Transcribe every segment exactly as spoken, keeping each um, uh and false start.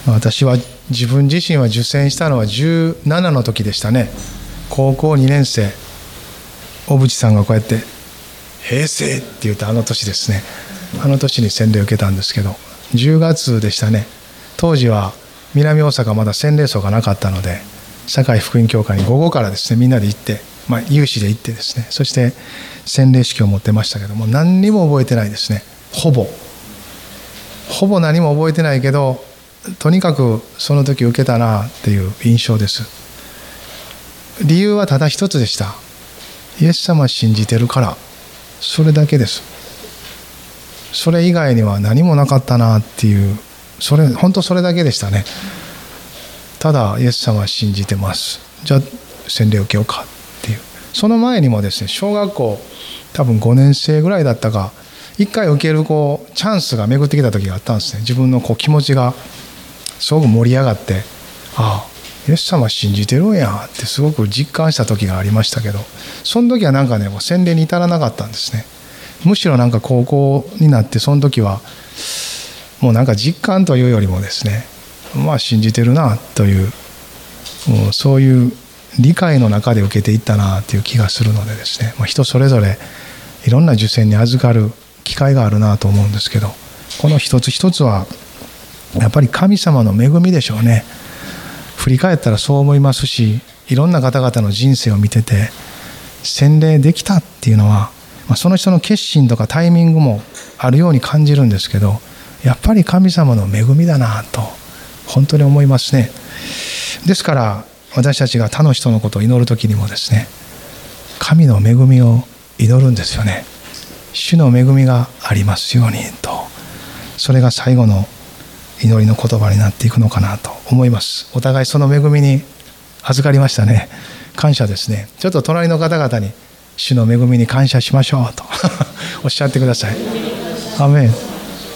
私は自分自身は受洗したのはじゅうななの時でしたね。高校にねん生、小渕さんがこうやって平成って言ったあの年ですね。あの年に洗礼を受けたんですけど、じゅうがつでしたね。当時は南大阪まだ洗礼層がなかったので、堺福音教会に午後からですね、みんなで行って、まあ、有志で行ってですね、そして洗礼式を持ってましたけども、何にも覚えてないですね。ほぼほぼ何も覚えてないけど、とにかくその時受けたなっていう印象です。理由はただ一つでした。イエス様を信じてるから、それだけです。それ以外には何もなかったなっていう、それ本当それだけでしたね。ただイエス様は信じてます、じゃあ洗礼を受けようかっていう。その前にもですね、小学校多分ごねん生ぐらいだったか、一回受けるこうチャンスが巡ってきた時があったんですね。自分のこう気持ちがすごく盛り上がって、ああイエス様信じてるんやってすごく実感した時がありましたけど、その時はなんかね、もう洗礼に至らなかったんですね。むしろなんか高校になってその時はもうなんか実感というよりもですね、まあ信じてるなという、もうそういう理解の中で受けていったなという気がするのでですね、まあ、人それぞれいろんな受洗に預かる機会があるなと思うんですけど、この一つ一つはやっぱり神様の恵みでしょうね。振り返ったらそう思いますし、いろんな方々の人生を見てて洗礼できたっていうのは、まあ、その人の決心とかタイミングもあるように感じるんですけど、やっぱり神様の恵みだなと本当に思いますね。ですから私たちが他の人のことを祈るときにもですね、神の恵みを祈るんですよね。主の恵みがありますようにと、それが最後の祈りの言葉になっていくのかなと思います。お互いその恵みに預かりましたね。感謝ですね。ちょっと隣の方々に主の恵みに感謝しましょうとおっしゃってください。アーメン。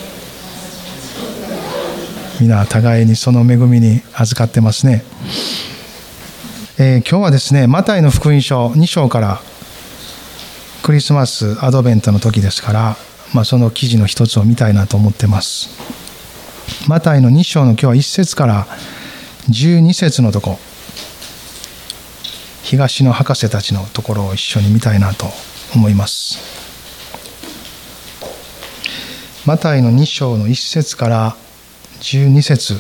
皆互いにその恵みに預かってますね。えー、今日はですね、マタイの福音書に章からクリスマスアドベントの時ですから、まあ、その記事の一つを見たいなと思ってます。マタイのに章の今日はいち節からじゅうに節のとこ、東の博士たちのところを一緒に見たいなと思います。マタイのに章のいち節からじゅうに節、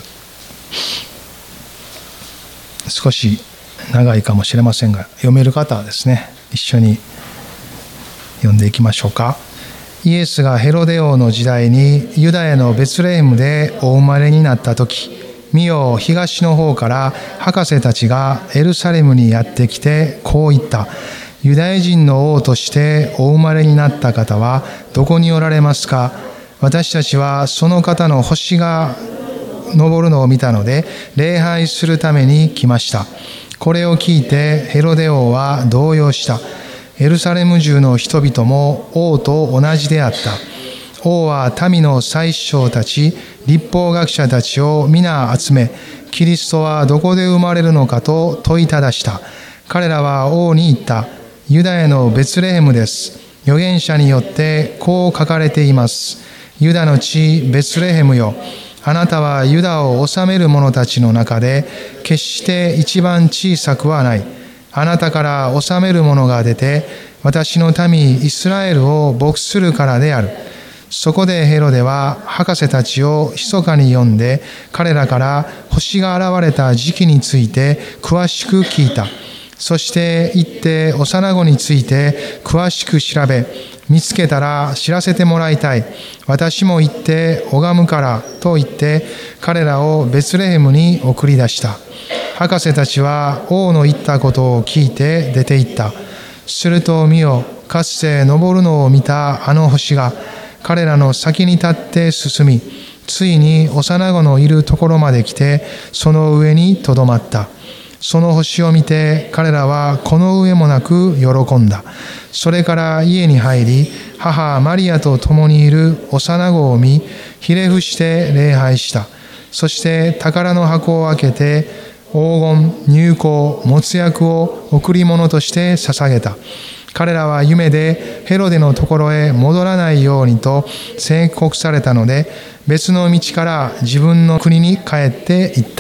少し長いかもしれませんが、読める方はですね、一緒に読んでいきましょうか。イエスがヘロデ王の時代にユダヤのベツレヘムでお生まれになった時、見よ、東の方から博士たちがエルサレムにやってきてこう言った。ユダヤ人の王としてお生まれになった方はどこにおられますか。私たちはその方の星が昇るのを見たので礼拝するために来ました。これを聞いてヘロデ王は動揺した。エルサレム中の人々も王と同じであった。王は民の宰相たち、律法学者たちを皆集め、キリストはどこで生まれるのかと問いただした。彼らは王に言った。ユダヤのベツレヘムです。預言者によってこう書かれています。ユダの地ベツレヘムよ。あなたはユダを治める者たちの中で決して一番小さくはない。あなたから治める者が出て、私の民イスラエルを牧するからである。そこでヘロデは博士たちを密かに呼んで、彼らから星が現れた時期について詳しく聞いた。そして行って幼子について詳しく調べ、見つけたら知らせてもらいたい。私も行って拝むからと言って、彼らをベツレヘムに送り出した。博士たちは王の言ったことを聞いて出て行った。すると見よ、かつて昇るのを見たあの星が彼らの先に立って進み、ついに幼子のいるところまで来て、その上にとどまった。その星を見て彼らはこの上もなく喜んだ。それから家に入り、母マリアと共にいる幼子を見、ひれ伏して礼拝した。そして宝の箱を開けて黄金、乳香、没薬を贈り物として捧げた。 彼らは夢でヘロデのところへ戻らないようにと宣告されたので、別の道から自分の国に帰っていった。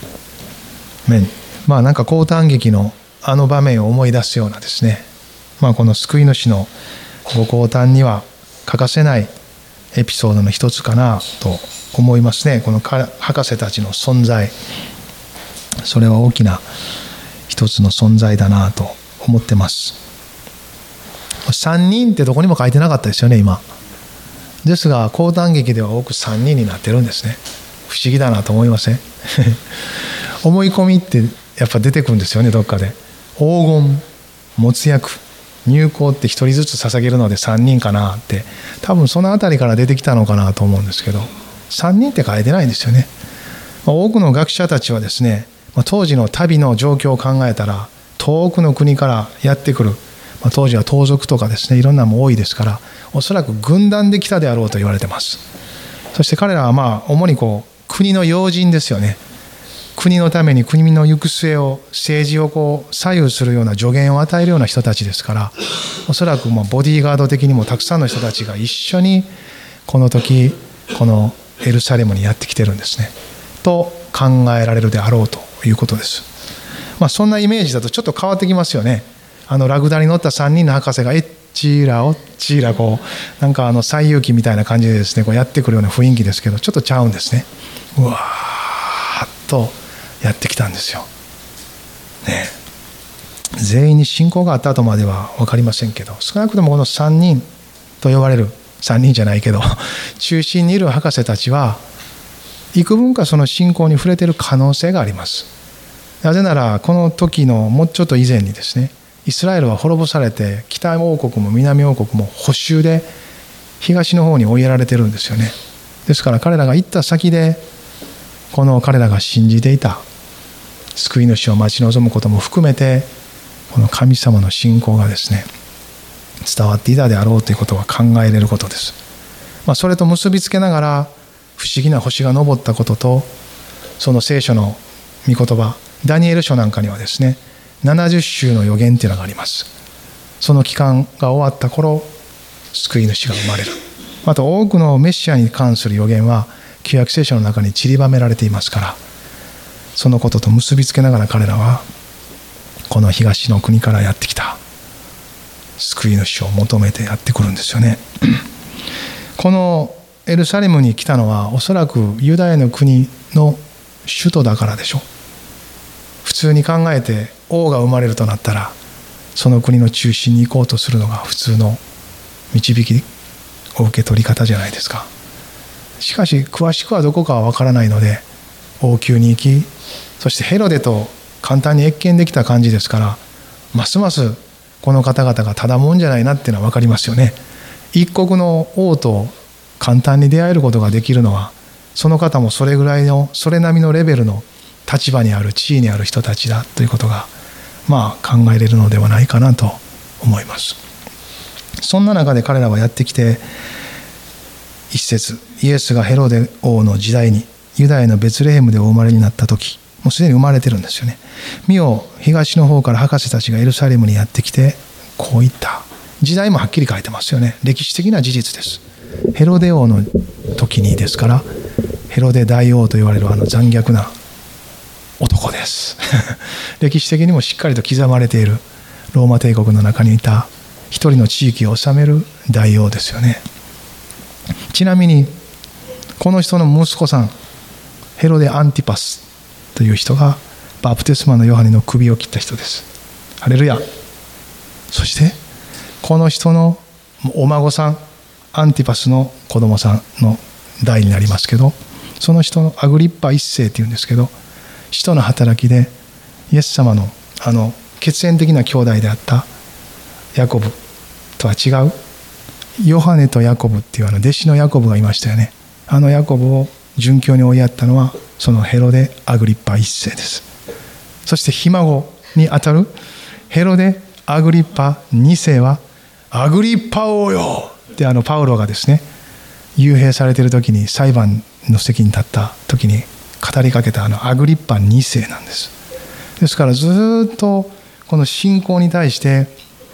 まあなんか講談劇のあの場面を思い出すようなですね、まあこの救い主のご講談には欠かせないエピソードの一つかなと思いますね。この博士たちの存在、それは大きな一つの存在だなと思ってます。さんにんってどこにも書いてなかったですよね今。ですが講談劇では多くさんにんになってるんですね。不思議だなと思いません思い込みってやっぱ出てくるんですよね、どっかで。黄金、没薬、入香って一人ずつ捧げるのでさんにんかなって、多分そのあたりから出てきたのかなと思うんですけど、さんにんって書いてないんですよね。多くの学者たちはですね、当時の旅の状況を考えたら遠くの国からやってくる、当時は盗賊とかですね、いろんなも多いですから、おそらく軍団で来たであろうと言われてます。そして彼らはまあ主にこう国の要人ですよね。国のために国の行く末を、政治をこう左右するような助言を与えるような人たちですから、おそらくまあボディーガード的にもたくさんの人たちが一緒にこの時このエルサレムにやってきてるんですねと考えられるであろうということです。まあ、そんなイメージだとちょっと変わってきますよね。あのラクダに乗ったさんにんの博士がえっちーらおっちーらこうなんかあの西遊記みたいな感じでですねこうやってくるような雰囲気ですけど、ちょっとちゃうんですね。うわーっとやってきたんですよ、ね、全員に信仰があったとまでは分かりませんけど、少なくともこのさんにんと呼ばれるさんにんじゃないけど中心にいる博士たちは幾分かその信仰に触れている可能性があります。なぜならこの時のもうちょっと以前にですね、イスラエルは滅ぼされて北王国も南王国も捕囚で東の方に追いやられてるんですよね。ですから彼らが行った先でこの彼らが信じていた救い主を待ち望むことも含めてこの神様の信仰がですね伝わっていたであろうということは考えれることです。まあ、それと結びつけながら不思議な星が昇ったことと、その聖書の御言葉ダニエル書なんかにはですねななじゅっ週の予言というのがあります。その期間が終わった頃救い主が生まれる。また多くのメシアに関する予言は旧約聖書の中に散りばめられていますから、そのことと結びつけながら彼らはこの東の国からやってきた救い主を求めてやってくるんですよね。このエルサレムに来たのはおそらくユダヤの国の首都だからでしょう。普通に考えて王が生まれるとなったらその国の中心に行こうとするのが普通の導きを受け取り方じゃないですか。しかし詳しくはどこかは分からないので王宮に行き、そしてヘロデと簡単に謁見できた感じですから、ますますこの方々がただもんじゃないなっていうのは分かりますよね。一国の王と簡単に出会えることができるのはその方もそれぐらいのそれなりのレベルの立場にある地位にある人たちだということがまあ考えれるのではないかなと思います。そんな中で彼らはやってきて、一節イエスがヘロデ王の時代にユダヤのベツレヘムでお生まれになった時、もうすでに生まれてるんですよね。見よ東の方から博士たちがエルサレムにやってきてこう言った。時代もはっきり書いてますよね。歴史的な事実です。ヘロデ王の時にですから、ヘロデ大王と言われるあの残虐な男です歴史的にもしっかりと刻まれているローマ帝国の中にいた一人の地域を治める大王ですよね。ちなみにこの人の息子さんヘロデ・アンティパスという人がバプテスマのヨハネの首を切った人です。ハレルヤ。そしてこの人のお孫さんアンティパスの子供さんの代になりますけど、その人のアグリッパ一世っていうんですけど、使徒の働きでイエス様のあの血縁的な兄弟であったヤコブとは違うヨハネとヤコブっていうあの弟子のヤコブがいましたよね。あのヤコブを殉教に追いやったのはそのヘロデ・アグリッパ一世です。そしてひ孫にあたるヘロデ・アグリッパ二世はアグリッパ王よってあのパウロがですね幽閉されている時に裁判の席に立った時に語りかけたあのアグリッパ二世なんです。ですからずっとこの信仰に対して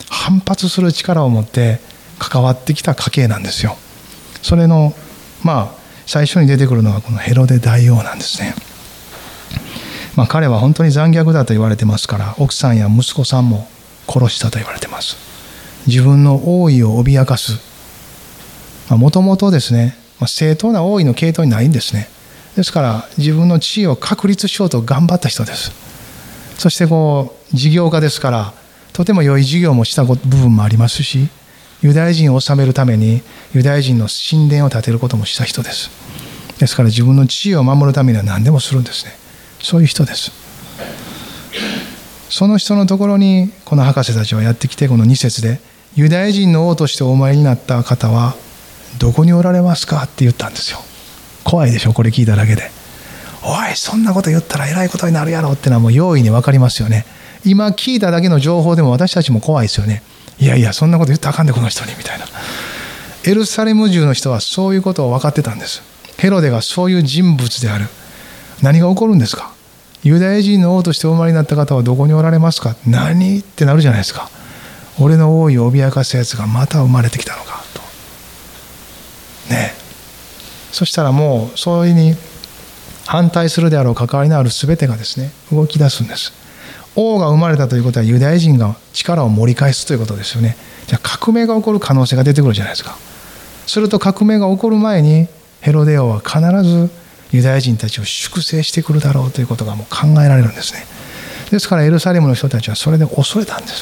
反発する力を持って関わってきた家系なんですよ。それのまあ最初に出てくるのがこのヘロデ大王なんですね。まあ、彼は本当に残虐だと言われてますから、奥さんや息子さんも殺したと言われてます。自分の王位を脅かす、もともとですね、まあ、正当な王位の系統にないんですね。ですから自分の地位を確立しようと頑張った人です。そしてこう事業家ですから、とても良い事業もした部分もありますし、ユダヤ人を治めるためにユダヤ人の神殿を建てることもした人です。ですから自分の地位を守るためには何でもするんですね。そういう人です。その人のところにこの博士たちはやってきて、このに節でユダヤ人の王としてお前になった方はどこにおられますかって言ったんですよ。怖いでしょ、これ聞いただけで。おい、そんなこと言ったらえらいことになるやろってのはもう容易に分かりますよね。今聞いただけの情報でも私たちも怖いですよね。いやいや、そんなこと言ったらあかんでこの人にみたいな。エルサレム中の人はそういうことを分かってたんです。ヘロデがそういう人物である。何が起こるんですか。ユダヤ人の王としてお生まれになった方はどこにおられますか。何ってなるじゃないですか。俺の王位を脅かすやつがまた生まれてきたのかとね。そしたらもうそれに反対するであろう関わりのある全てがですね、動き出すんです。王が生まれたということはユダヤ人が力を盛り返すということですよね。じゃあ革命が起こる可能性が出てくるじゃないですか。すると革命が起こる前にヘロデ王は必ずユダヤ人たちを粛清してくるだろうということがもう考えられるんですね。ですからエルサレムの人たちはそれで恐れたんです。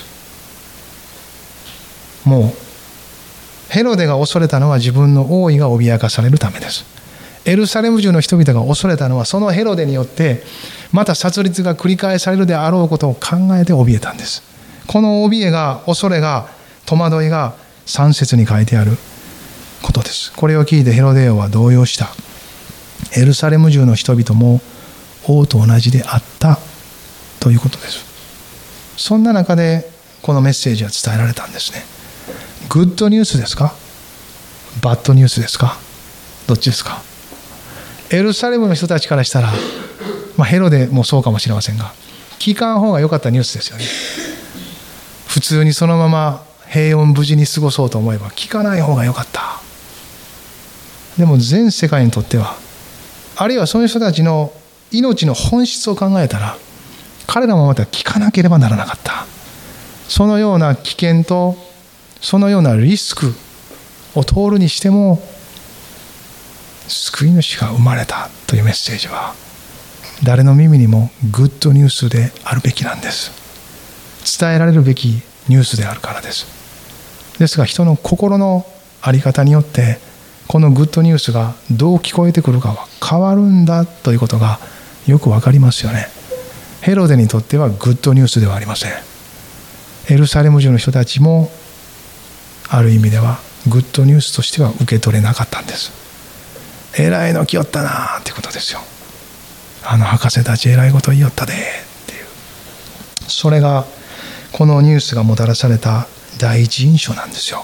もうヘロデが恐れたのは自分の王位が脅かされるためです。エルサレム中の人々が恐れたのはそのヘロデによってまた殺戮が繰り返されるであろうことを考えて怯えたんです。この怯えが、恐れが、戸惑いがさん節に書いてあることです。これを聞いてヘロデ王は動揺した。エルサレム中の人々も王と同じであったということです。そんな中でこのメッセージは伝えられたんですね。グッドニュースですか、バッドニュースですか、どっちですか。エルサレムの人たちからしたら、まあ、ヘロデもそうかもしれませんが、聞かん方が良かったニュースですよね。普通にそのまま平穏無事に過ごそうと思えば聞かない方が良かった。でも全世界にとっては、あるいはその人たちの命の本質を考えたら、彼らもまた聞かなければならなかった。そのような危険とそのようなリスクを通るにしても、救い主が生まれたというメッセージは誰の耳にもグッドニュースであるべきなんです。伝えられるべきニュースであるからです。ですが人の心の在り方によってこのグッドニュースがどう聞こえてくるかは変わるんだということがよくわかりますよね。ヘロデにとってはグッドニュースではありません。エルサレム中の人たちもある意味ではグッドニュースとしては受け取れなかったんです。えらいの来よったなっていうことですよ。あの博士たちえらいこと言いよったでっていう、それがこのニュースがもたらされた第一印象なんですよ。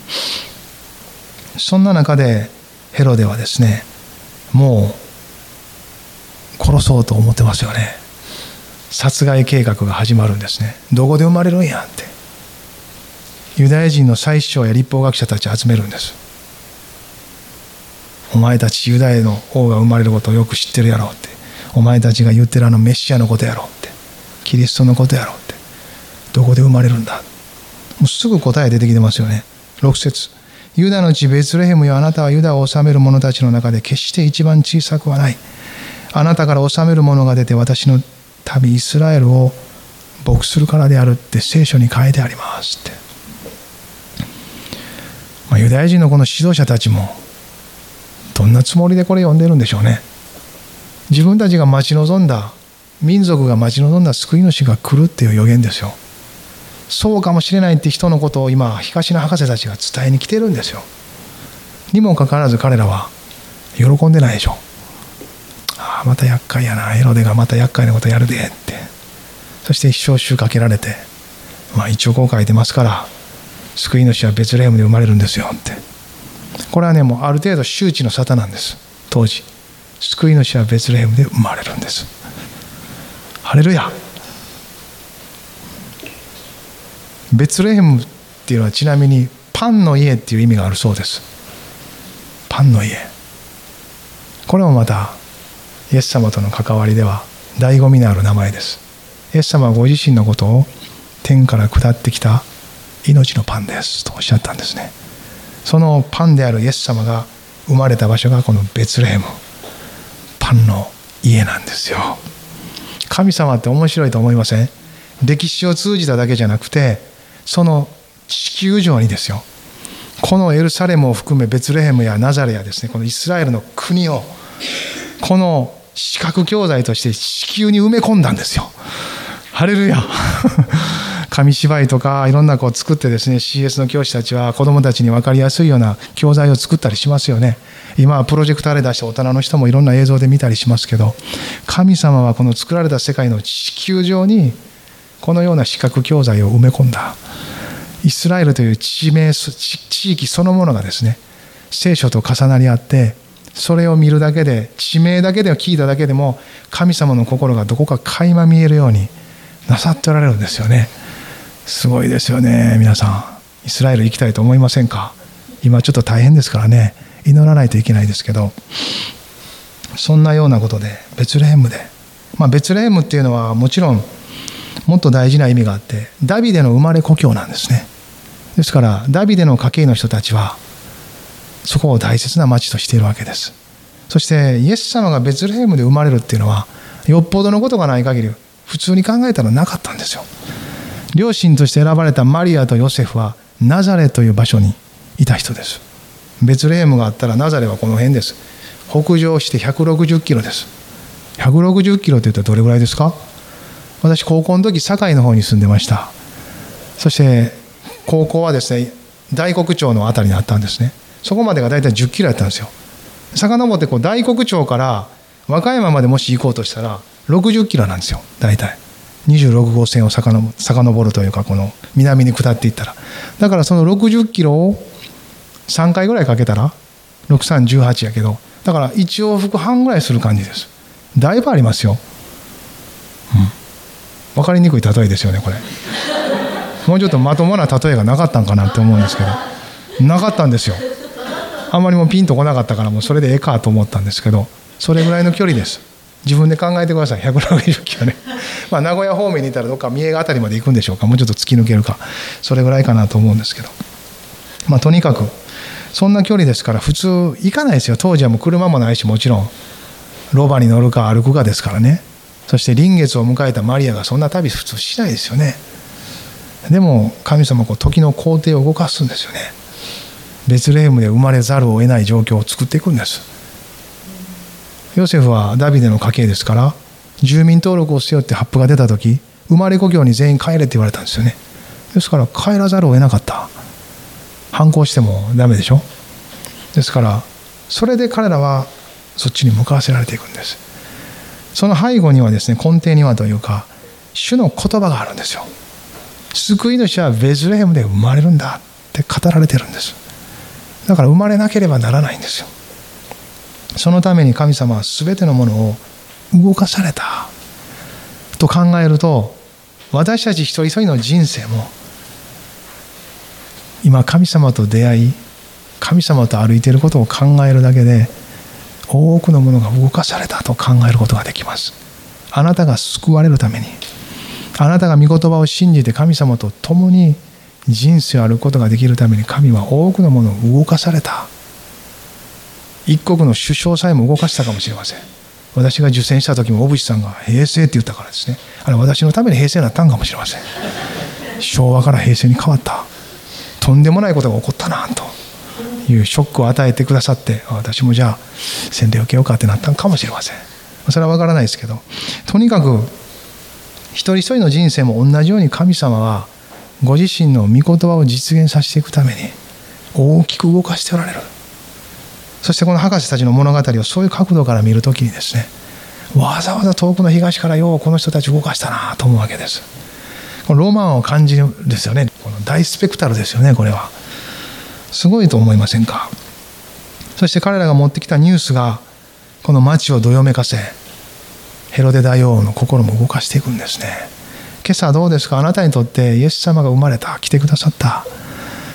そんな中でヘロデはですね、もう殺そうと思ってますよね。殺害計画が始まるんですね。どこで生まれるんやって、ユダヤ人の祭司長や律法学者たちを集めるんです。お前たちユダヤの王が生まれることをよく知ってるやろうって、お前たちが言ってるあのメシアのことやろうって、キリストのことやろうって、どこで生まれるんだ。もうすぐ答え出てきてますよね。ろく節、ユダの地ベツレヘムよ、あなたはユダを治める者たちの中で決して一番小さくはない。あなたから治める者が出て私の民イスラエルを牧するからであるって聖書に書いてありますって、まあ、ユダヤ人のこの指導者たちもどんなつもりでこれ読んでるんでしょうね。自分たちが待ち望んだ、民族が待ち望んだ救い主が来るっていう予言ですよ。そうかもしれないって人のことを今東野博士たちが伝えに来てるんですよ。にもかかわらず彼らは喜んでないでしょ。ああまた厄介やな、ヘロデがまた厄介なことやるでって。そして一生臭かけられて、まあ一応こう書いてますから、救い主はベツレヘムで生まれるんですよって。これはね、もうある程度周知の沙汰なんです。当時救い主はベツレヘムで生まれるんです。ハレルヤ。ベツレヘムっていうのはちなみにパンの家っていう意味があるそうです。パンの家、これもまたイエス様との関わりでは醍醐味のある名前です。イエス様はご自身のことを天から下ってきた命のパンですとおっしゃったんですね。そのパンであるイエス様が生まれた場所がこのベツレヘム、パンの家なんですよ。神様って面白いと思いません？歴史を通じただけじゃなくて、その地球上にですよ、このエルサレムを含めベツレヘムやナザレやですね、このイスラエルの国をこの視覚教材として地球に埋め込んだんですよ。ハレルヤ紙芝居とかいろんなこう作ってですね、 シーエス の教師たちは子どもたちに分かりやすいような教材を作ったりしますよね。今はプロジェクターで出して大人の人もいろんな映像で見たりしますけど、神様はこの作られた世界の地球上にこのような視覚教材を埋め込んだ。イスラエルという地名、地域そのものがですね、聖書と重なり合って、それを見るだけで、地名だけで聞いただけでも神様の心がどこか垣間見えるようになさっておられるんですよね。すごいですよね。皆さんイスラエル行きたいと思いませんか？今ちょっと大変ですからね、祈らないといけないですけど、そんなようなことでベツレヘムで、まあ、ベツレヘムっていうのはもちろんもっと大事な意味があって、ダビデの生まれ故郷なんですね。ですからダビデの家系の人たちはそこを大切な町としているわけです。そしてイエス様がベツレヘムで生まれるっていうのはよっぽどのことがない限り普通に考えたらなかったんですよ。両親として選ばれたマリアとヨセフはナザレという場所にいた人です。ベツレヘムがあったらナザレはこの辺です。北上してひゃくろくじゅっキロです。ひゃくろくじゅっキロというとどれぐらいですか？私高校の時堺の方に住んでました。そして高校はですね、大黒町のあたりにあったんですね。そこまでがだいたいじゅっキロやったんですよ。遡ってこう大黒町から和歌山までもし行こうとしたらろくじゅっキロなんですよ。だいたいにじゅうろく号線を遡るというか、この南に下っていったら、だからそのろくじゅっキロをさんかいぐらいかけたらろくさんじゅうはちやけど、だからいち往復半ぐらいする感じです。だいぶありますよ、うん、分かりにくい例えですよねこれ。もうちょっとまともな例えがなかったんかなって思うんですけど、なかったんですよ。あんまりもうピンとこなかったからもうそれでええかと思ったんですけど、それぐらいの距離です。自分で考えてください。ひゃくろくじゅっキロねまあ名古屋方面にいたらどっか三重あたりまで行くんでしょうか、もうちょっと突き抜けるか、それぐらいかなと思うんですけど、まあとにかくそんな距離ですから普通行かないですよ。当時はもう車もないし、もちろんロバに乗るか歩くかですからね。そして臨月を迎えたマリアがそんな旅普通しないですよね。でも神様はこう時の工程を動かすんですよね。ベツレヘムで生まれざるを得ない状況を作っていくんです。ヨセフはダビデの家系ですから、住民登録をせよって発布が出た時、生まれ故郷に全員帰れって言われたんですよね。ですから帰らざるを得なかった。反抗してもダメでしょ。ですからそれで彼らはそっちに向かわせられていくんです。その背後にはですね、根底にはというか主の言葉があるんですよ。救い主はベツレヘムで生まれるんだって語られてるんです。だから生まれなければならないんですよ。そのために神様は全てのものを動かされたと考えると、私たち一人一人の人生も今神様と出会い、神様と歩いていることを考えるだけで多くのものが動かされたと考えることができます。あなたが救われるために、あなたが御言葉を信じて神様と共に人生を歩くことができるために、神は多くのものを動かされた。一国の首相さえも動かしたかもしれません。私が受選した時も小渕さんが平成って言ったからですね、あれ私のために平成になったんかもしれません。昭和から平成に変わった、とんでもないことが起こったなというショックを与えてくださって、私もじゃあ洗礼を受けようかってなったんかもしれません。それは分からないですけど、とにかく一人一人の人生も同じように神様はご自身の御言葉を実現させていくために大きく動かしておられる。そしてこの博士たちの物語をそういう角度から見るときにですね、わざわざ遠くの東からようこの人たち動かしたなと思うわけです。このロマンを感じるんですよね。この大スペクタルですよね。これはすごいと思いませんか。そして彼らが持ってきたニュースがこの町をどよめかせ、ヘロデ大王の心も動かしていくんですね。今朝どうですか。あなたにとってイエス様が生まれた、来てくださった、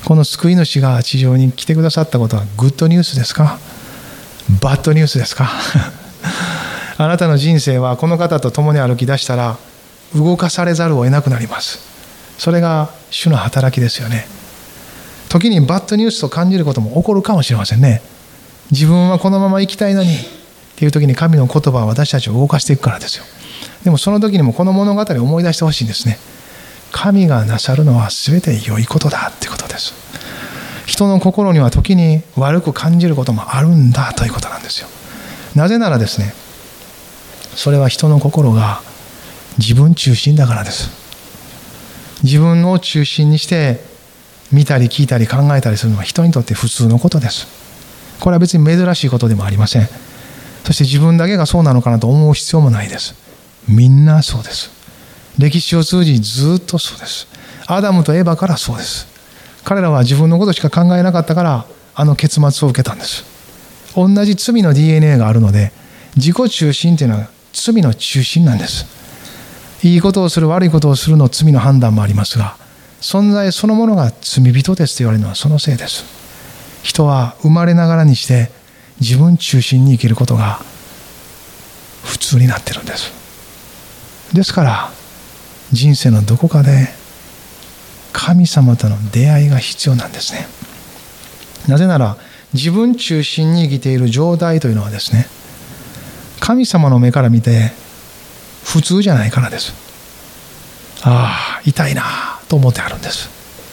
この救い主が地上に来てくださったことはグッドニュースですか？バッドニュースですか？あなたの人生はこの方と共に歩き出したら動かされざるを得なくなります。それが主の働きですよね。時にバッドニュースと感じることも起こるかもしれませんね。自分はこのまま生きたいのにっていう時に神の言葉は私たちを動かしていくからですよ。でもその時にもこの物語を思い出してほしいんですね。神がなさるのは全て良いことだっていうことです。人の心には時に悪く感じることもあるんだということなんですよ。なぜならですね、それは人の心が自分中心だからです。自分を中心にして見たり聞いたり考えたりするのは人にとって普通のことです。これは別に珍しいことでもありません。そして自分だけがそうなのかなと思う必要もないです。みんなそうです。歴史を通じずっとそうです。アダムとエバからそうです。彼らは自分のことしか考えなかったからあの結末を受けたんです。同じ罪の ディーエヌエー があるので、自己中心というのは罪の中心なんです。いいことをする悪いことをするの罪の判断もありますが、存在そのものが罪人ですと言われるのはそのせいです。人は生まれながらにして自分中心に生きることが普通になっているんです。ですから人生のどこかで神様との出会いが必要なんですね。なぜなら自分中心に生きている状態というのはですね、神様の目から見て普通じゃないからです。ああ痛いなと思ってあるんです。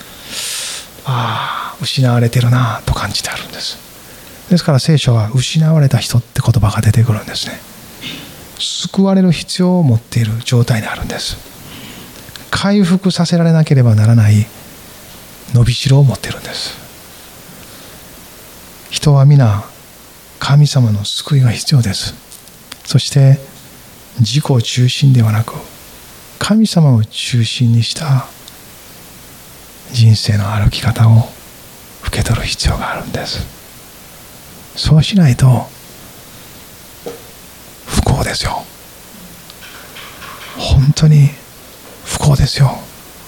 ああ失われてるなと感じてあるんです。ですから聖書は失われた人って言葉が出てくるんですね。救われる必要を持っている状態にあるんです。回復させられなければならない伸びしろを持っているんです。人は皆神様の救いが必要です。そして自己中心ではなく神様を中心にした人生の歩き方を受け取る必要があるんです。そうしないと不幸ですよ。本当に不幸ですよ。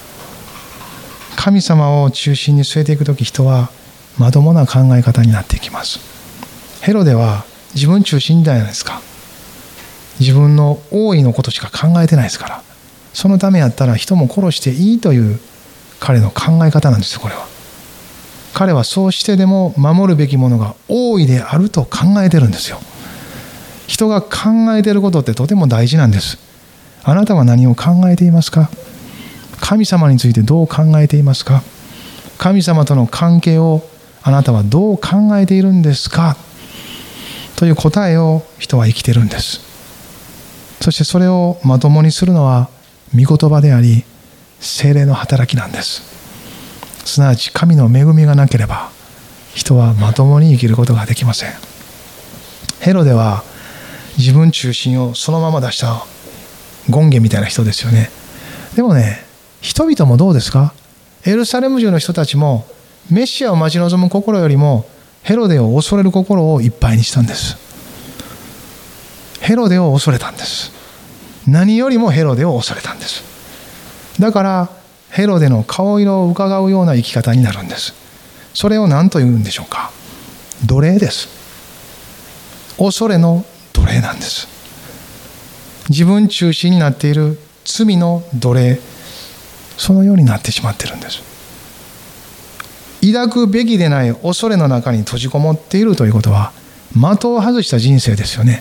神様を中心に据えていくとき、人はまともな考え方になっていきます。ヘロデは自分中心じゃないですか。自分の王位のことしか考えてないですから。そのためやったら人も殺していいという彼の考え方なんですよ。これは彼はそうしてでも守るべきものが王位であると考えてるんですよ。人が考えていることってとても大事なんです。あなたは何を考えていますか？神様についてどう考えていますか？神様との関係をあなたはどう考えているんですか？という答えを人は生きているんです。そしてそれをまともにするのは御言葉であり聖霊の働きなんです。すなわち神の恵みがなければ人はまともに生きることができません。ヘロデは自分中心をそのまま出した権化みたいな人ですよね。でもね、人々もどうですか？エルサレム中の人たちもメシアを待ち望む心よりもヘロデを恐れる心をいっぱいにしたんです。ヘロデを恐れたんです。何よりもヘロデを恐れたんです。だからヘロデの顔色を伺うような生き方になるんです。それを何と言うんでしょうか？奴隷です。恐れの奴隷なんです。自分中心になっている罪の奴隷、そのようになってしまっているんです。抱くべきでない恐れの中に閉じこもっているということは的を外した人生ですよね。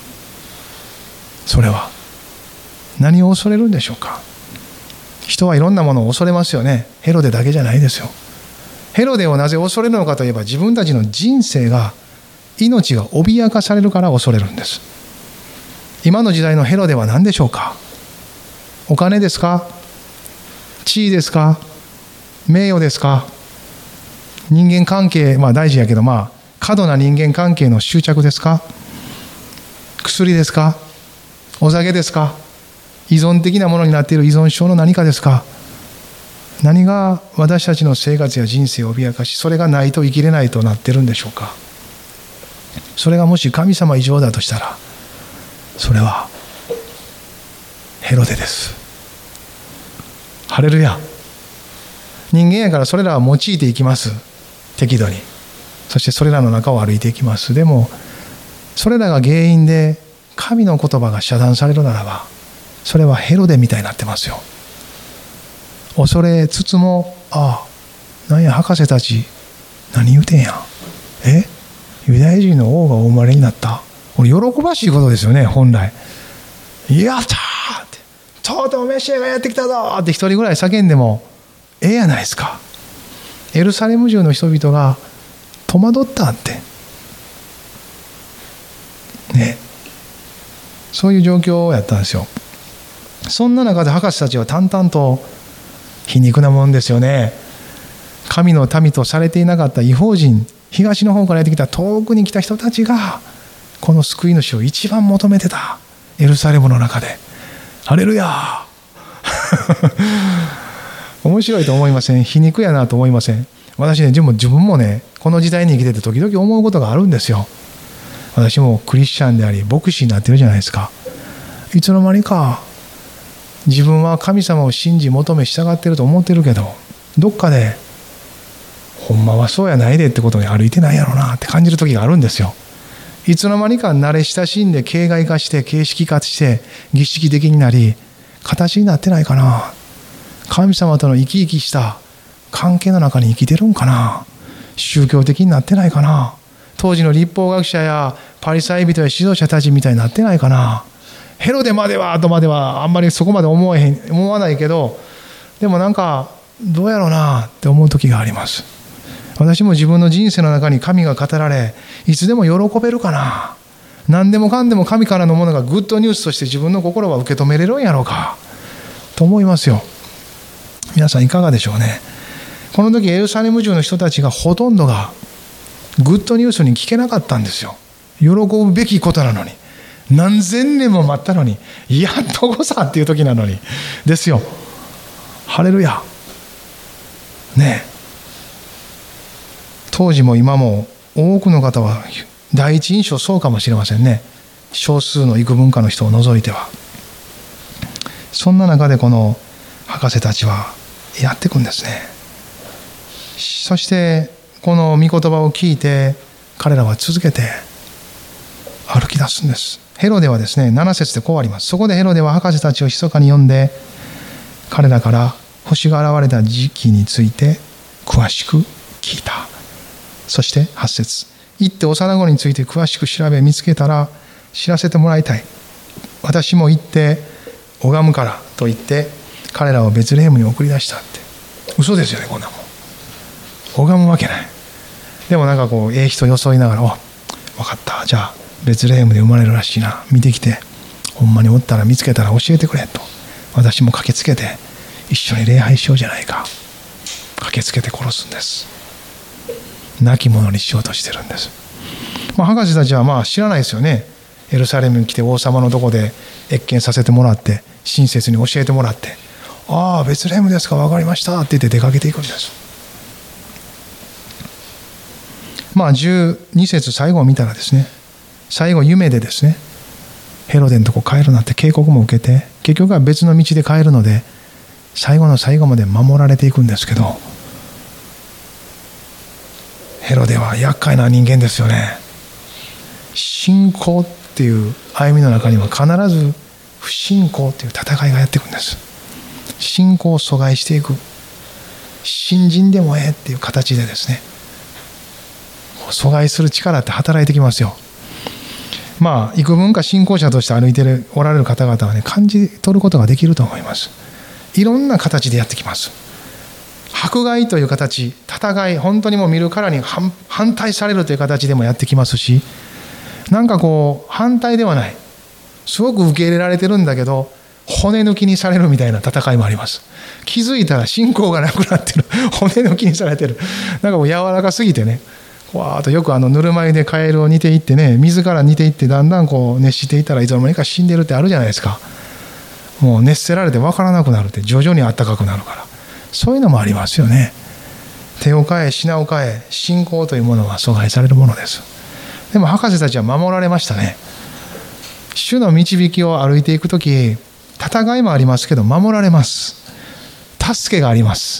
それは何を恐れるんでしょうか？人はいろんなものを恐れますよね。ヘロデだけじゃないですよ。ヘロデをなぜ恐れるのかといえば、自分たちの人生が命が脅かされるから恐れるんです。今の時代のヘロデは何でしょうか？お金ですか？地位ですか？名誉ですか？人間関係、まあ大事やけど、まあ過度な人間関係の執着ですか？薬ですか？お酒ですか？依存的なものになっている依存症の何かですか？何が私たちの生活や人生を脅かし、それがないと生きれないとなっているんでしょうか？それがもし神様以上だとしたら、それはヘロデです。ハレルヤ。 人間やからそれらは用いていきます。適度に。そしてそれらの中を歩いていきます。でもそれらが原因で神の言葉が遮断されるならば、それはヘロデみたいになってますよ。恐れつつも、ああ、なんや博士たち何言うてんや。えユダヤ人の王がお生まれになった。これ喜ばしいことですよね、本来。やったーって、とうとうメシアがやってきたぞって一人ぐらい叫んでもええやないですか。エルサレム中の人々が戸惑ったってね、そういう状況やったんですよ。そんな中で博士たちは淡々と、皮肉なもんですよね。神の民とされていなかった異邦人、東の方からやってきた遠くに来た人たちがこの救い主を一番求めてた。エルサレムの中でハレルヤ面白いと思いません？皮肉やなと思いません？私ね、でも自分もね、この時代に生きてて時々思うことがあるんですよ。私もクリスチャンであり牧師になってるじゃないですか。いつの間にか自分は神様を信じ求め従ってると思ってるけど、どっかでほんまはそうやないでってことに歩いてないやろなって感じる時があるんですよ。いつの間にか慣れ親しんで形骸化して形式化して儀式的になり、形になってないかな。神様との生き生きした関係の中に生きてるんかな。宗教的になってないかな。当時の律法学者やパリサイ人や指導者たちみたいになってないかな。ヘロデまではとまではあんまりそこまで思えへん思わないけど、でもなんかどうやろうなって思う時があります。私も自分の人生の中に神が語られ、いつでも喜べるかな。何でもかんでも神からのものがグッドニュースとして自分の心は受け止めれるんやろうかと思いますよ。皆さんいかがでしょうね。この時エルサレム中の人たちがほとんどがグッドニュースに聞けなかったんですよ。喜ぶべきことなのに、何千年も待ったのに、やっとこさっていう時なのにですよ。ハレルヤねえ。当時も今も多くの方は第一印象そうかもしれませんね。少数の幾分かの人を除いては。そんな中でこの博士たちはやっていくんですね。そしてこの御言葉を聞いて彼らは続けて歩き出すんです。ヘロデはですね、なな節でこうあります。そこでヘロデは博士たちを密かに呼んで、彼らから星が現れた時期について詳しく聞いた。そしてはち節、行って幼子について詳しく調べ見つけたら知らせてもらいたい。私も行って拝むからと言って彼らをベツレヘムに送り出したって。嘘ですよね、こんなもん。拝むわけない。でもなんかこうええ人装いながら、お、分かった、じゃあベツレヘムで生まれるらしいな、見てきて、ほんまにおったら見つけたら教えてくれと。私も駆けつけて一緒に礼拝しようじゃないか。駆けつけて殺すんです。亡き者にしようとしてるんです。まあ、博士たちはまあ知らないですよね。エルサレムに来て王様のとこで謁見させてもらって、親切に教えてもらって、ああベツレヘムですか、分かりましたって言って出かけていくんです。まあじゅうに節最後を見たらですね、最後夢でですね、ヘロデのとこ帰るなって警告も受けて、結局は別の道で帰るので最後の最後まで守られていくんですけど、ヘロデは厄介な人間ですよね。信仰っていう歩みの中には必ず不信仰っていう戦いがやっていくんです。信仰を阻害していく、信心でもええっていう形でですね、阻害する力って働いてきますよ。まあ幾分か信仰者として歩いておられる方々はね、感じ取ることができると思います。いろんな形でやってきます。迫害という形、戦い、本当にもう見るからに反対されるという形でもやってきますし、なんかこう反対ではない、すごく受け入れられてるんだけど骨抜きにされるみたいな戦いもあります。気づいたら信仰がなくなってる、骨抜きにされてる、なんかもう柔らかすぎてね、わーっとよくあのぬるま湯でカエルを煮ていってね、水から煮ていってだんだんこう熱していったらいつの間にか死んでるってあるじゃないですか。もう熱せられて分からなくなるって、徐々に暖かくなるから、そういうのもありますよね。手を変え品を変え、信仰というものは阻害されるものです。でも博士たちは守られましたね。主の導きを歩いていくとき、戦いもありますけど守られます。助けがあります。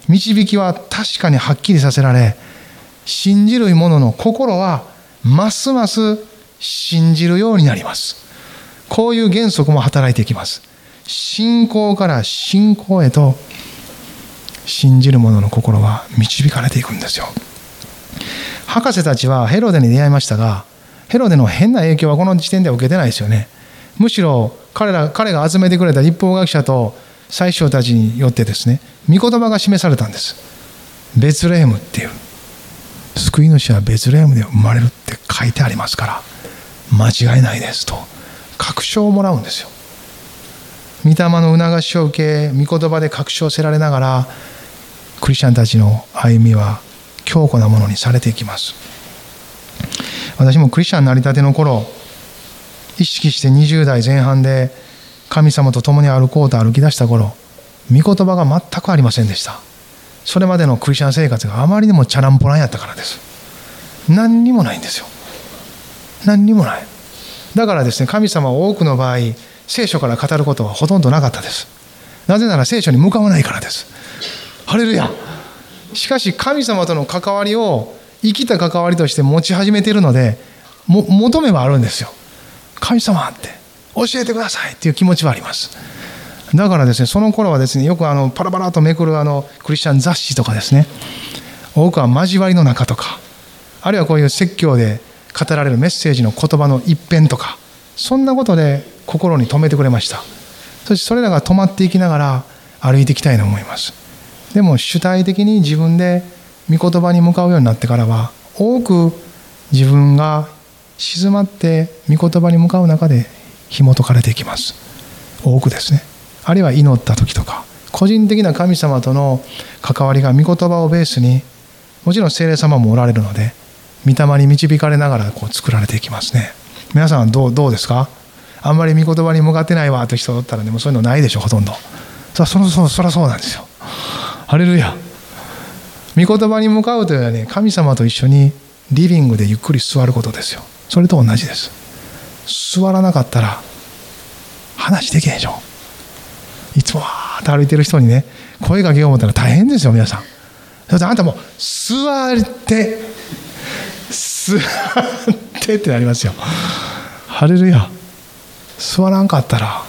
導きは確かにはっきりさせられ、信じる者の心はますます信じるようになります。こういう原則も働いていきます。信仰から信仰へと信じる者の心は導かれていくんですよ。博士たちはヘロデに出会いましたが、ヘロデの変な影響はこの時点では受けてないですよね。むしろ彼ら彼が集めてくれた律法学者と宰相たちによってですね、御言葉が示されたんです。ベツレヘムっていう、救い主はベツレヘムで生まれるって書いてありますから、間違いないですと確証をもらうんですよ。御霊の促しを受け、御言葉で確証せられながら、クリスチャンたちの歩みは強固なものにされていきます。私もクリスチャンになりたての頃、意識してにじゅう代前半で神様と共に歩こうと歩き出した頃、御言葉が全くありませんでした。それまでのクリスチャン生活があまりにもチャランポランやったからです。何にもないんですよ。何にもない。だからですね、神様は多くの場合、聖書から語ることはほとんどなかったです。なぜなら聖書に向かわないからです。ハレルヤ。しかし神様との関わりを生きた関わりとして持ち始めているので、も求めはあるんですよ。神様って教えてくださいっていう気持ちはあります。だからですね、その頃はですね、よくあのパラパラとめくるあのクリスチャン雑誌とかですね、多くは交わりの中とか、あるいはこういう説教で語られるメッセージの言葉の一辺とか、そんなことで心に留めてくれました。そしてそれらが止まっていきながら歩いていきたいと思います。でも主体的に自分で御言葉に向かうようになってからは、多く自分が静まって御言葉に向かう中で紐解かれていきます。多くですね。あるいは祈った時とか、個人的な神様との関わりが御言葉をベースに、もちろん聖霊様もおられるので、御霊に導かれながらこう作られていきますね。皆さんはどう、どうですか？あんまり御言葉に向かってないわという人だったらね、もうそういうのないでしょ、ほとんど。そそそそらそうなんですよ。ハレルヤ。御言葉に向かうというのはね、神様と一緒にリビングでゆっくり座ることですよ。それと同じです。座らなかったら話できないでしょ。いつもわーっと歩いてる人にね、声かけよう思ったら大変ですよ、皆さん。それとあんたも座って座ってってなりますよ。ハレルヤ。座らんかったら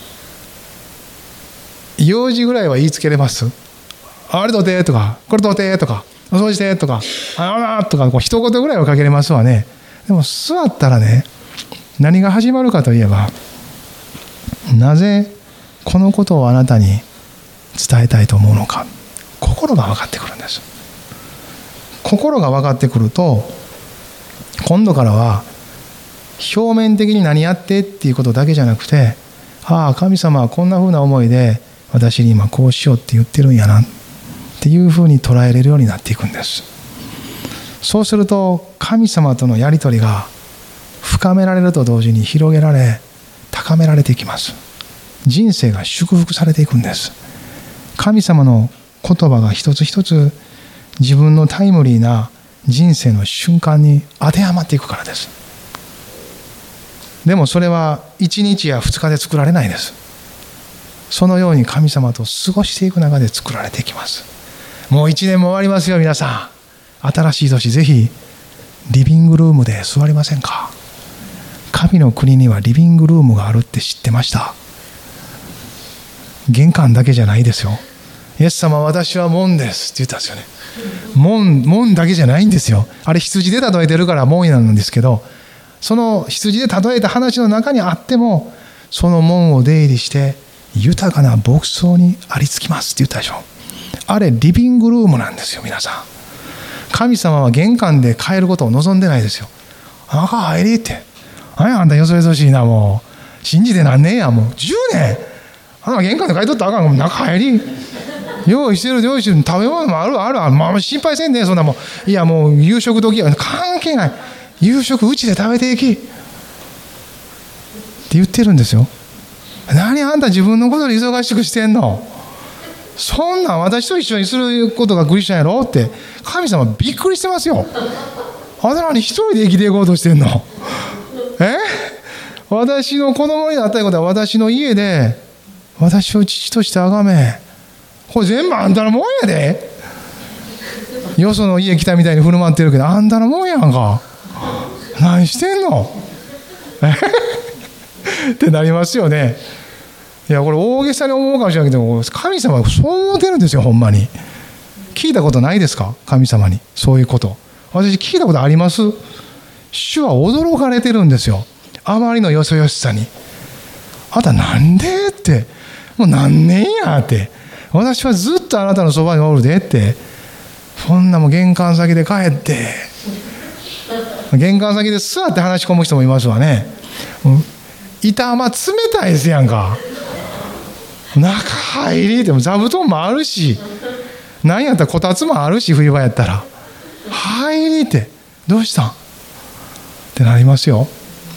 用事ぐらいは言いつけれます。あれどうてとか、これどうてとか、お掃除してとか、ああとか、こう一言ぐらいはかけれますわね。でも座ったらね、何が始まるかといえば、なぜこのことをあなたに伝えたいと思うのか、心が分かってくるんです。心が分かってくると、今度からは表面的に何やってっていうことだけじゃなくて、ああ神様はこんなふうな思いで私に今こうしようって言ってるんやなっていうふうに捉えれるようになっていくんです。そうすると神様とのやり取りが深められると同時に広げられ、高められていきます。人生が祝福されていくんです。神様の言葉が一つ一つ自分のタイムリーな人生の瞬間に当てはまっていくからです。でもそれはいちにちやふつかで作られないです。そのように神様と過ごしていく中で作られていきます。もういちねんも終わりますよ、皆さん。新しい年、ぜひリビングルームで座りませんか？神の国にはリビングルームがあるって知ってました？玄関だけじゃないですよ。イエス様は私は門ですって言ったんですよね。門、門だけじゃないんですよ。あれ羊で例えてるから門なんですけど、その羊で例えた話の中にあっても、その門を出入りして豊かな牧草にありつきますって言ったでしょ。あれリビングルームなんですよ、皆さん。神様は玄関で帰ることを望んでないですよ。中入りって。何やあんたよそよそしいな、もう。信じて何年や、もうじゅうねん。あんた玄関で帰っとったらあかん。中入り。用意してる用意してる食べ物もあるあるある。まあ心配せんね、そんなもん。いやもう夕食時は関係ない。夕食うちで食べていき。って言ってるんですよ。何あんた自分のことで忙しくしてんの？そんなん私と一緒にすることがクリスチャンやろって、神様びっくりしてますよ。あんた何一人で生きていこうとしてんの？え？私の子供になったことは私の家で私を父として崇め、 これ全部あんたのもんやで。よその家来たみたいに振る舞ってるけど、あんたのもんやんか。何してんのってなりますよね。いやこれ大げさに思うかもしれないけど、神様はそう思ってるんですよ。ほんまに聞いたことないですか？神様にそういうこと。私聞いたことあります。主は驚かれてるんですよ。あまりのよそよしさに。あんたなんでって、もう何年やって、私はずっとあなたのそばにおるでって。そんなもん玄関先で帰って、玄関先で座って話し込む人もいますわね。板ま冷たいですやんか。中入りでも座布団もあるし、何やったらこたつもあるし、冬場やったら入りってどうしたんってなりますよ。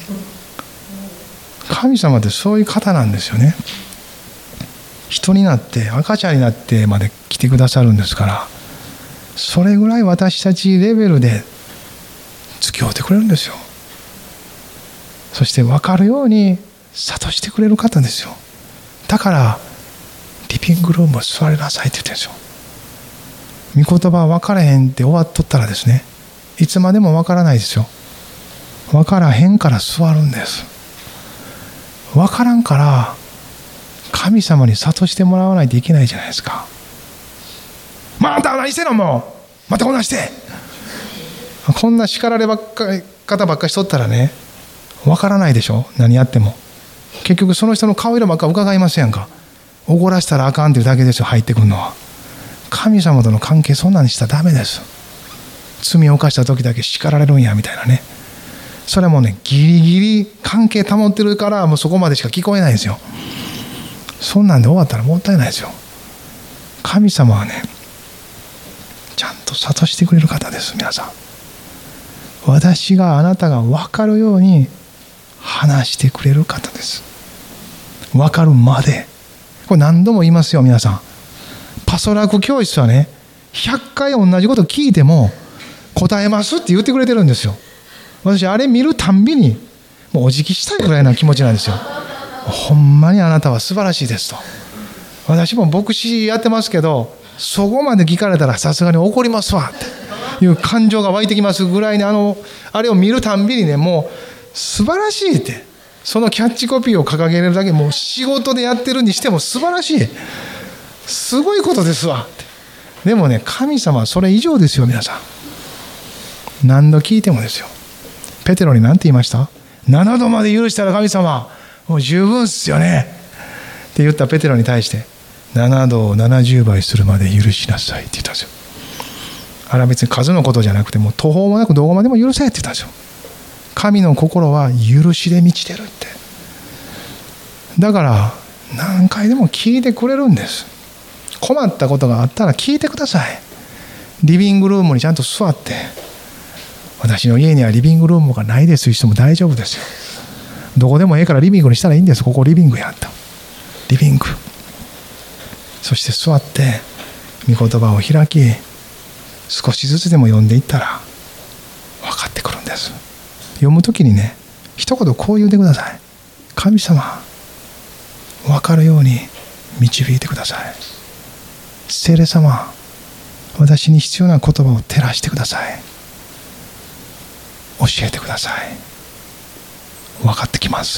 神様ってそういう方なんですよね。人になって赤ちゃんになってまで来てくださるんですから、それぐらい私たちレベルで付き合ってくれるんですよ。そして分かるように諭してくれる方ですよ。だからリビングルームを座りなさいって言ってるんですよ。御言葉は分からへんって終わっとったらですね、いつまでも分からないですよ。分からへんから座るんです。分からんから神様に諭してもらわないといけないじゃないですか。まああんた何してんの、もうまたこんなんして、こんな叱らればっかり方ばっかりしとったらね、分からないでしょ。何やっても結局その人の顔色ばっか伺いますやんか。怒らせたらあかんっていうだけですよ、入ってくるのは。神様との関係そんなにしたらダメです。罪を犯した時だけ叱られるんやみたいなね。それもね、ギリギリ関係保ってるからもうそこまでしか聞こえないんですよ。そんなんで終わったらもったいないですよ。神様はね、ちゃんと諭してくれる方です。皆さん、私があなたが分かるように話してくれる方です。分かるまで。これ何度も言いますよ皆さん。パソラク教室はね、ひゃっかい同じこと聞いても答えますって言ってくれてるんですよ。私あれ見るたんびにもうお辞儀したいぐらいな気持ちなんですよ。ほんまにあなたは素晴らしいですと。私も牧師やってますけど、そこまで聞かれたらさすがに怒りますわっていう感情が湧いてきますぐらいに、あのあれを見るたんびにね、もう素晴らしいって、そのキャッチコピーを掲げれるだけ、もう仕事でやってるにしても素晴らしい、すごいことですわって。でもね、神様はそれ以上ですよ皆さん。何度聞いてもですよ。ペテロに何て言いました？ななどまで許したら神様もう十分っすよねって言ったペテロに対して、ななどをななじゅうばいするまで許しなさいって言ったんですよ。あれは別に数のことじゃなくて、もう途方もなくどこまでも許せって言ったんですよ。神の心は許しで満ちてるって。だから何回でも聞いてくれるんです。困ったことがあったら聞いてください。リビングルームにちゃんと座って、私の家にはリビングルームがないですという人も大丈夫ですよ。どこでもええからリビングにしたらいいんです。ここリビングやった。リビング。そして座って御言葉を開き、少しずつでも読んでいったら分かってくるんです。読むときにね、一言こう言ってください。神様、分かるように導いてください。聖霊様、私に必要な言葉を照らしてください。教えてください。分かってきます。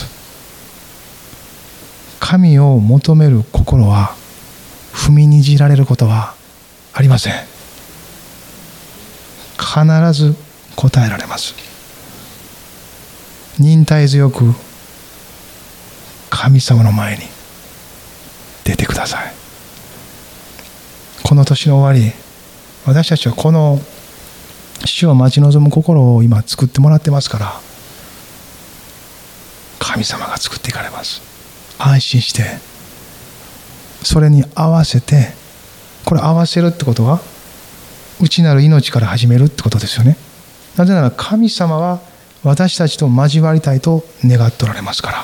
神を求める心は踏みにじられることはありません。必ず答えられます。忍耐強く神様の前に出てください。この年の終わり、私たちはこの主を待ち望む心を今作ってもらってますから、神様が作っていかれます。安心してそれに合わせて、これ合わせるってことは内なる命から始めるってことですよね。なぜなら神様は私たちと交わりたいと願っておられますから。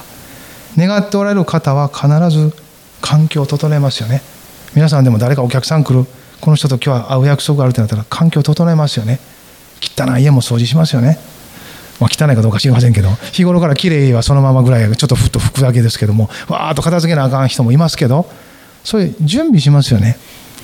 願っておられる方は必ず環境を整えますよね。皆さんでも誰かお客さん来る、この人と今日は会う約束があるってなったら環境を整えますよね。汚い家も掃除しますよね。まあ、汚いかどうか知りませんけど、日頃からきれいはそのままぐらいちょっとふっと拭くだけですけども、わーっと片付けなあかん人もいますけど、そういう準備しますよね。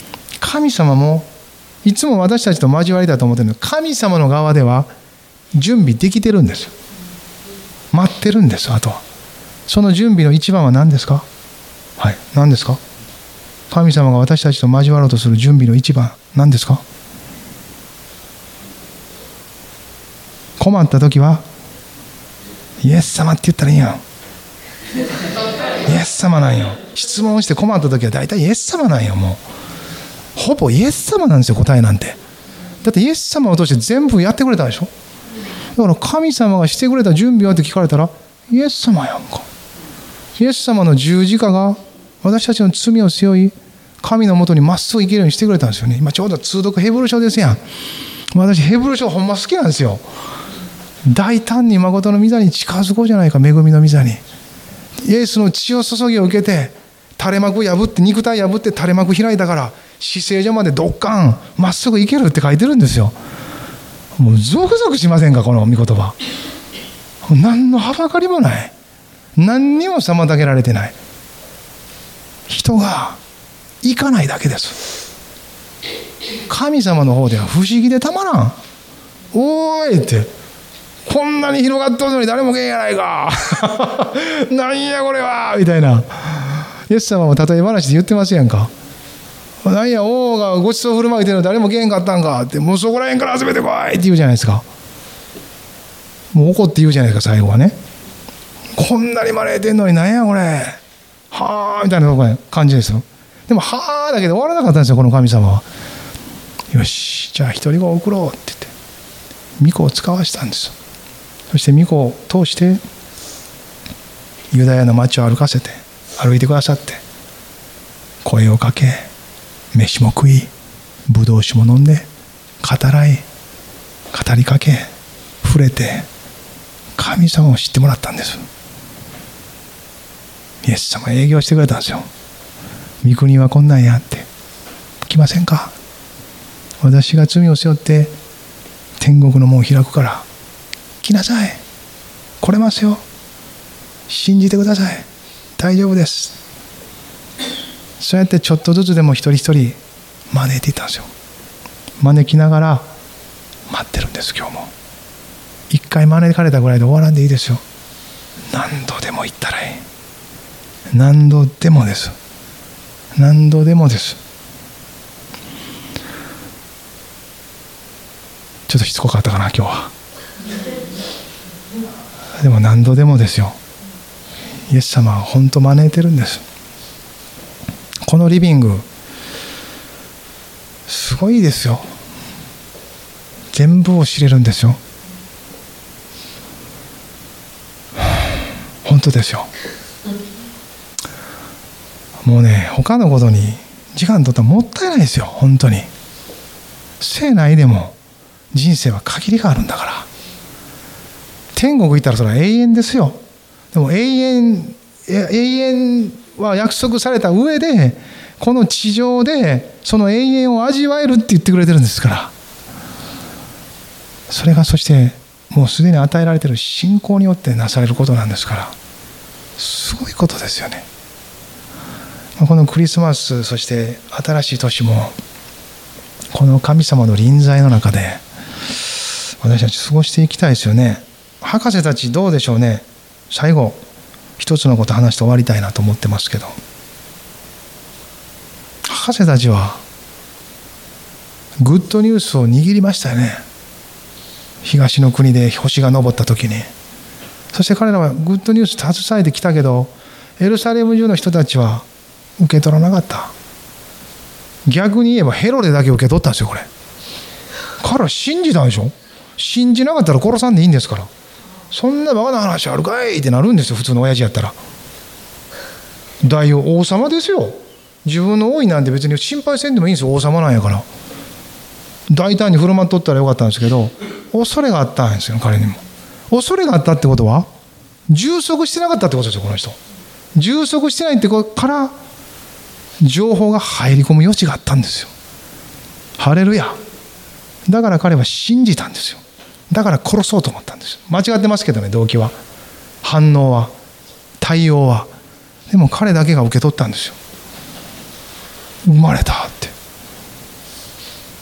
神様もいつも私たちと交わりだと思ってるの。神様の側では準備できてるんです。待ってるんです。あとはその準備の一番は何ですか？はい、何ですか？神様が私たちと交わろうとする準備の一番何ですか？困った時はイエス様って言ったらいいやん。イエス様なんよ。質問して困った時は大体イエス様なんよ。もうほぼイエス様なんですよ、答えなんて。だってイエス様を通して全部やってくれたでしょ。だから神様がしてくれた準備はって聞かれたらイエス様やんか。イエス様の十字架が私たちの罪を背負い神のもとにまっすぐ生きるようにしてくれたんですよね。今ちょうど通読ヘブル書ですやん。私ヘブル書ほんま好きなんですよ。大胆に誠の御座に近づこうじゃないか。恵みの御座にイエスの血を注ぎを受けて垂れ幕破って肉体破って垂れ幕開いたから死聖所までドッカンまっすぐ生きるって書いてるんですよ。もうゾクゾクしませんか、この御言葉。何のはばかりもない、何にも妨げられてない。人が行かないだけです。神様の方では不思議でたまらん。おーいって、こんなに広がっとるのに誰もけんやないかなんやこれはみたいな。イエス様も例え話で言ってますやんか。なんや王がごちそう振る舞いてるの誰もけんかったんかって、もうそこらへんから集めてこいって言うじゃないですか。もう怒って言うじゃないですか、最後はね。こんなに招いてんのになんやこれはあみたいな感じですよ。でもはあだけで終わらなかったんですよ、この神様は。よし、じゃあ一人子を送ろうって言って御子を使わしたんです。そして御子を通してユダヤの町を歩かせて歩いてくださって、声をかけ、飯も食い、ぶどう酒も飲んで、語らい、語りかけ、触れて神様を知ってもらったんです。イエス様営業してくれたんですよ。御国はこんなんやって来ませんか。私が罪を背負って天国の門を開くから来なさい、来れますよ、信じてください、大丈夫です。そうやってちょっとずつでも一人一人招いていたんですよ。招きながら待ってるんです。今日も一回招かれたぐらいで終わらんでいいですよ。何度でも言ったらいい。何度でもです。何度でもです。ちょっとしつこかったかな今日は。でも何度でもですよ。イエス様は本当招いてるんです。このリビングすごいですよ。全部を知れるんですよ。本当ですよ。もうね、他のことに時間取ったらもったいないですよ。本当に聖ないでも人生は限りがあるんだから。天国行ったらそれは永遠ですよ。でも永遠永遠は約束された上で、この地上でその永遠を味わえるって言ってくれてるんですから。それがそしてもうすでに与えられている信仰によってなされることなんですから、すごいことですよね。このクリスマス、そして新しい年もこの神様の臨在の中で私たち過ごしていきたいですよね。博士たちどうでしょうね。最後一つのこと話して終わりたいなと思ってますけど、博士たちはグッドニュースを握りましたよね。東の国で星が昇った時に。そして彼らはグッドニュース携えてきたけど、エルサレム中の人たちは受け取らなかった。逆に言えばヘロデだけ受け取ったんですよ。これ彼は信じたでしょ。信じなかったら殺さんでいいんですから。そんなバカな話あるかいってなるんですよ、普通の親父やったら。大王、王様ですよ。自分の王位なんて別に心配せんでもいいんですよ。王様なんやから。大胆に振る舞っとったらよかったんですけど、恐れがあったんですよ。彼にも恐れがあったってことは充足してなかったってことですよ。この人充足してないってことから情報が入り込む余地があったんですよ。ハレルヤ。だから彼は信じたんですよ。だから殺そうと思ったんです。間違ってますけどね、動機は、反応は、対応は。でも彼だけが受け取ったんですよ。生まれたって。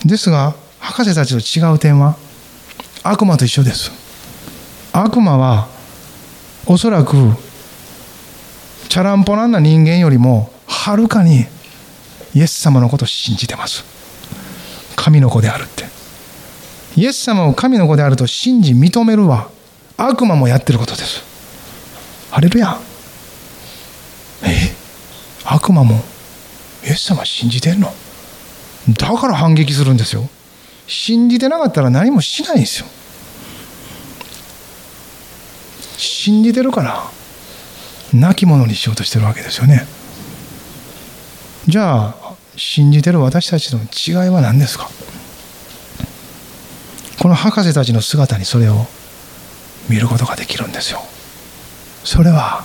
ですが博士たちと違う点は悪魔と一緒です。悪魔はおそらくチャランポランな人間よりもはるかにイエス様のことを信じてます。神の子であるって。イエス様を神の子であると信じ認めるは悪魔もやってることです。ハレルヤ。え悪魔もイエス様信じてるの？だから反撃するんですよ。信じてなかったら何もしないんですよ。信じてるから亡き者にしようとしてるわけですよね。じゃあ信じてる私たちの違いは何ですか？この博士たちの姿にそれを見ることができるんですよ。それは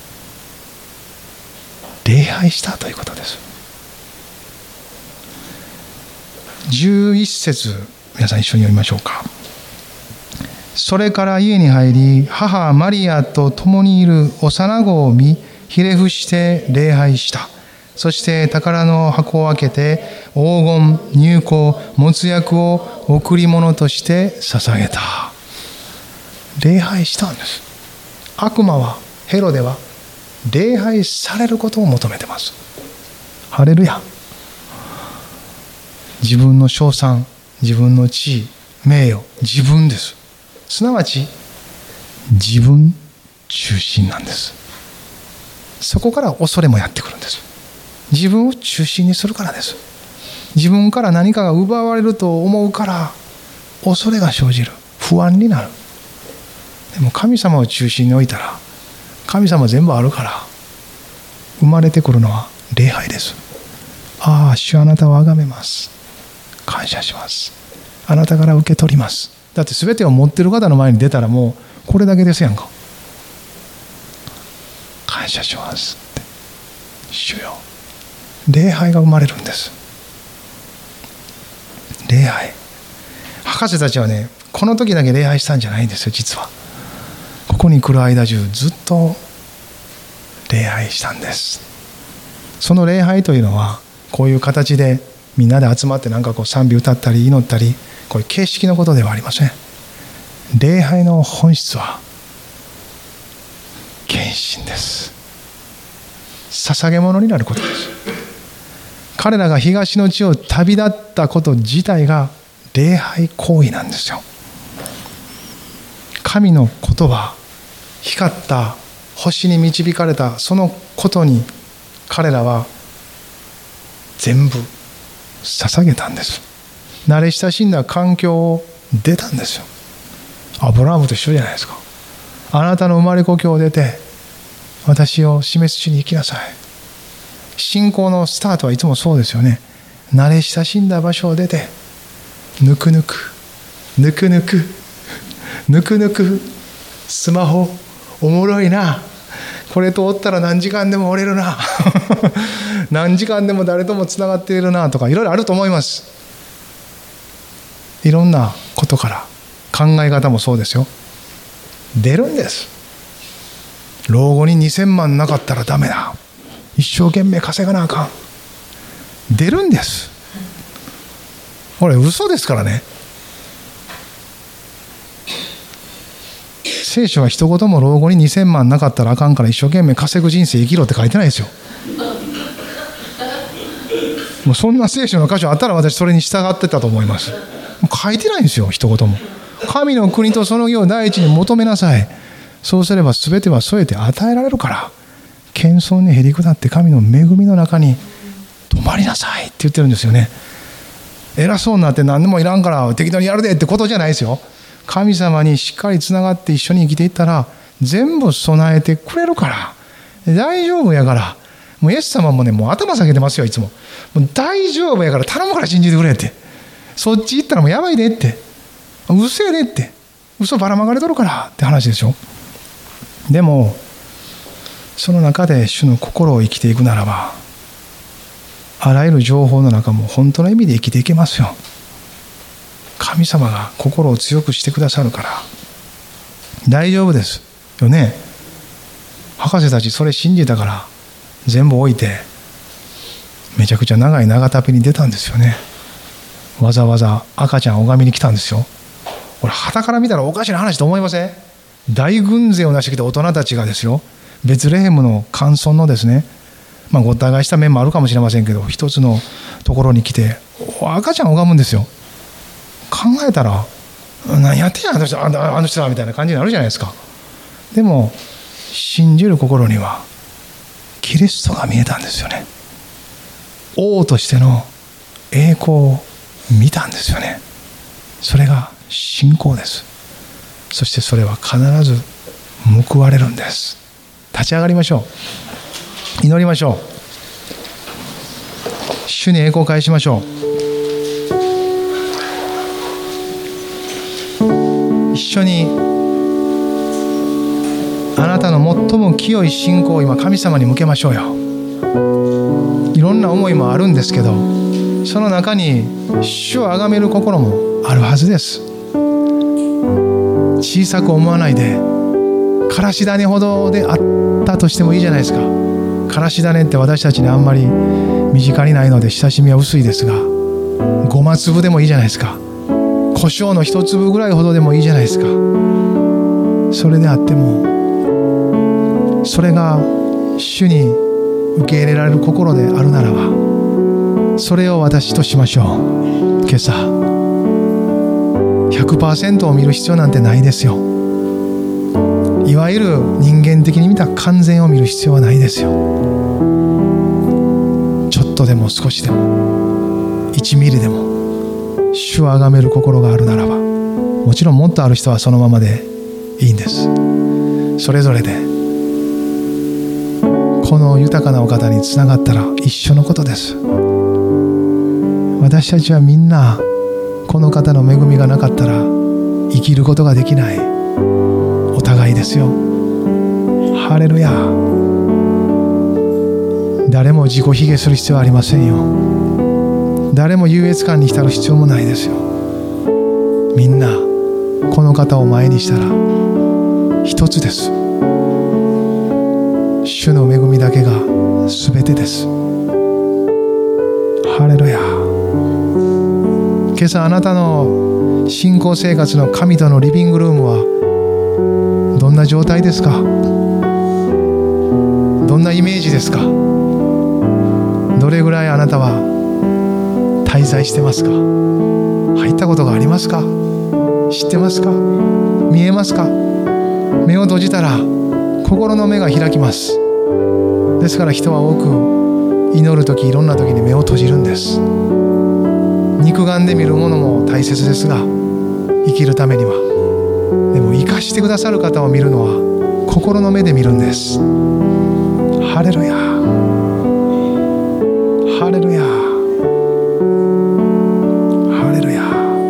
礼拝したということです。じゅういっ節、皆さん一緒に読みましょうか。それから家に入り、母マリアと共にいる幼子を見、ひれ伏して礼拝した。そして宝の箱を開けて、黄金、乳香、没薬を贈り物として捧げた。礼拝したんです。悪魔は、ヘロデは、礼拝されることを求めてます。ハレルヤ。自分の称賛、自分の地位、名誉、自分です。すなわち自分中心なんです。そこから恐れもやってくるんです。自分を中心にするからです。自分から何かが奪われると思うから恐れが生じる、不安になる。でも神様を中心に置いたら神様全部あるから生まれてくるのは礼拝です。ああ、主あなたを崇めます、感謝します、あなたから受け取ります。だって全てを持ってる方の前に出たらもうこれだけですやんか。感謝しますって、主よ。礼拝が生まれるんです。礼拝。博士たちはね、この時だけ礼拝したんじゃないんですよ。実はここに来る間中ずっと礼拝したんです。その礼拝というのはこういう形でみんなで集まってなんかこう賛美歌ったり祈ったり、こういう形式のことではありません。礼拝の本質は献身です。捧げ物になることです。彼らが東の地を旅立ったこと自体が礼拝行為なんですよ。神の言葉、光った星に導かれたそのことに彼らは全部捧げたんです。慣れ親しんだ環境を出たんですよ。アブラハムと一緒じゃないですか。あなたの生まれ故郷を出て私を示す地に行きなさい。信仰のスタートはいつもそうですよね。慣れ親しんだ場所を出てぬくぬくぬくぬくぬくぬく、スマホおもろいな、これとおったら何時間でもおれるな何時間でも誰ともつながっているなとかいろいろあると思います。いろんなことから考え方もそうですよ。出るんです。老後ににせんまんなかったらダメだ、一生懸命稼がなあかん、出るんです。これ嘘ですからね。聖書は一言も老後ににせんまんなかったらあかんから一生懸命稼ぐ人生生きろって書いてないですよ。もうそんな聖書の箇所あったら私それに従ってたと思います。もう書いてないんですよ、一言も。神の国とその義を第一に求めなさい。そうすれば全ては添えて与えられるから、謙遜にへり下って神の恵みの中に泊まりなさいって言ってるんですよね。偉そうになって何でもいらんから適当にやるでってことじゃないですよ。神様にしっかりつながって一緒に生きていったら全部備えてくれるから大丈夫やから。もうイエス様もね、もう頭下げてますよ、いつも。もう大丈夫やから頼むから信じてくれって。そっち行ったらもうやばいでって、嘘やでって、嘘ばらまかれとるからって話でしょ。でもその中で主の心を生きていくならば、あらゆる情報の中も本当の意味で生きていけますよ。神様が心を強くしてくださるから大丈夫ですよね。博士たちそれ信じたから全部置いてめちゃくちゃ長い長旅に出たんですよね。 わざわざ赤ちゃんを拝みに来たんですよ。これ傍から見たらおかしな話と思いません？大軍勢をなしてきた大人たちがですよ、ベツレヘムの寒村のですね、まあごった返した面もあるかもしれませんけど、一つのところに来て赤ちゃんを拝むんですよ。考えたら何やってんやあの人、あの、あの人らみたいな感じになるじゃないですか。でも信じる心にはキリストが見えたんですよね。王としての栄光を見たんですよね。それが信仰です。そしてそれは必ず報われるんです。立ち上がりましょう。祈りましょう。主に栄光を返しましょう。一緒にあなたの最も清い信仰を今神様に向けましょうよ。いろんな思いもあるんですけど、その中に主をあがめる心もあるはずです。小さく思わないで、からし種ほどであったとしてもいいじゃないですか。からし種って私たちにあんまり身近にないので親しみは薄いですが、ごま粒でもいいじゃないですか。胡椒の一粒ぐらいほどでもいいじゃないですか。それであっても、それが主に受け入れられる心であるならば、それを私としましょう。今朝 ひゃくパーセント を見る必要なんてないですよ。いわゆる人間的に見た完全を見る必要はないですよ。ちょっとでも少しでもいちミリでも主をあがめる心があるならば、もちろんもっとある人はそのままでいいんです。それぞれでこの豊かなお方につながったら一緒のことです。私たちはみんなこの方の恵みがなかったら生きることができないお互いですよ。ハレルヤ。誰も自己卑下する必要はありませんよ。誰も優越感に浸る必要もないですよ。みんなこの方を前にしたら一つです。主の恵みだけが全てです。ハレルヤ。今朝あなたの信仰生活の神とのリビングルームはどんな状態ですか？どんなイメージですか？どれぐらいあなたは滞在してますか？入ったことがありますか？知ってますか？見えますか？目を閉じたら心の目が開きます。ですから人は多く祈るとき、いろんなときに目を閉じるんです。肉眼で見るものも大切ですが、生きるためにはでも生かしてくださる方を見るのは心の目で見るんです。ハレルヤ、ハレルヤ、ハレルヤ。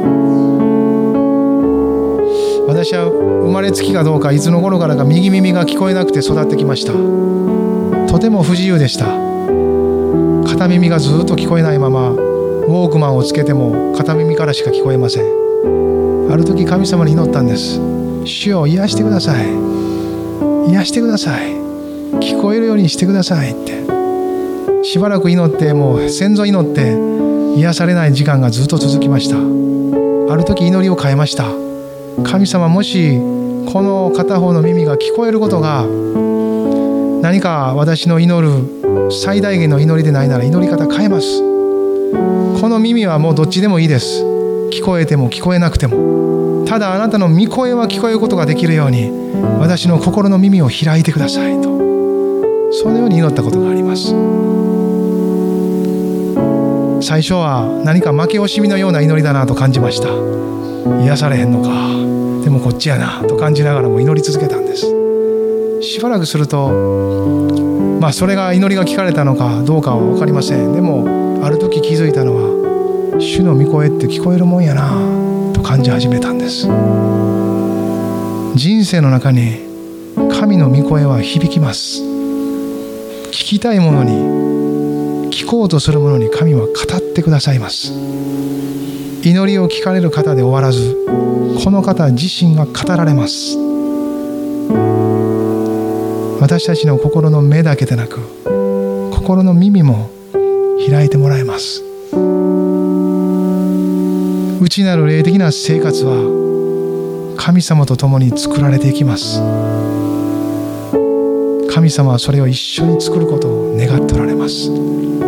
私は生まれつきかどうか、いつの頃からか右耳が聞こえなくて育ってきました。とても不自由でした。片耳がずっと聞こえないままウォークマンをつけても片耳からしか聞こえません。ある時神様に祈ったんです。主を癒してください、癒してください、聞こえるようにしてくださいって。しばらく祈って、もう先祖祈って癒されない時間がずっと続きました。ある時祈りを変えました。神様、もしこの片方の耳が聞こえることが何か私の祈る最大限の祈りでないなら、祈り方変えます。この耳はもうどっちでもいいです。聞こえても聞こえなくても、ただあなたの御声は聞こえることができるように私の心の耳を開いてくださいと、そのように祈ったことがあります。最初は何か負け惜しみのような祈りだなと感じました。癒されへんのか、でもこっちやなと感じながらも祈り続けたんです。しばらくすると、まあそれが祈りが聞かれたのかどうかは分かりません。でもある時気づいたのは、主の御声って聞こえるもんやなと感じ始めたんです。人生の中に神の御声は響きます。聞きたいものに、聞こうとするものに神は語ってくださいます。祈りを聞かれる方で終わらず、この方自身が語られます。私たちの心の目だけでなく、心の耳も開いてもらえます。 内なる霊的な生活は神様と共に作られていきます。神様はそれを一緒に作ることを願っておられます。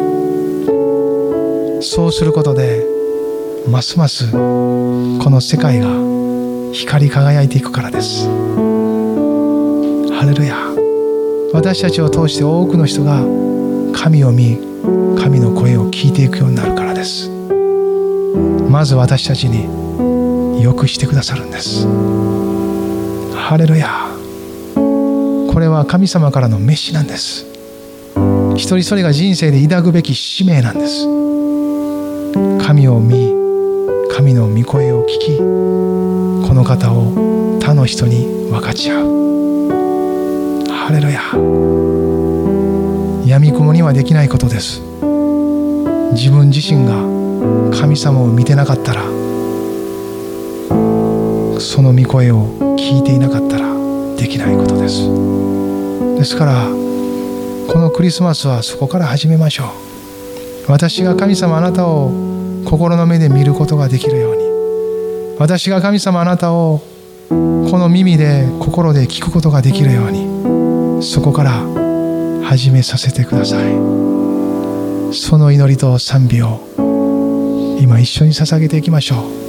そうすることでますますこの世界が光り輝いていくからです。ハレルヤ。私たちを通して多くの人が神を見、神の声を聞いていくようになるからです。まず私たちによくしてくださるんです。ハレルヤ。これは神様からの召しなんです。一人一人が人生で抱くべき使命なんです。神を見、神の御声を聞き、この方を他の人に分かち合う。ハレルヤ。闇雲にはできないことです。自分自身が神様を見てなかったら、その御声を聞いていなかったらできないことです。ですからこのクリスマスはそこから始めましょう。私が神様あなたを心の目で見ることができるように、私が神様あなたをこの耳で心で聞くことができるように、そこから始めさせてください。その祈りと賛美を今一緒に捧げていきましょう。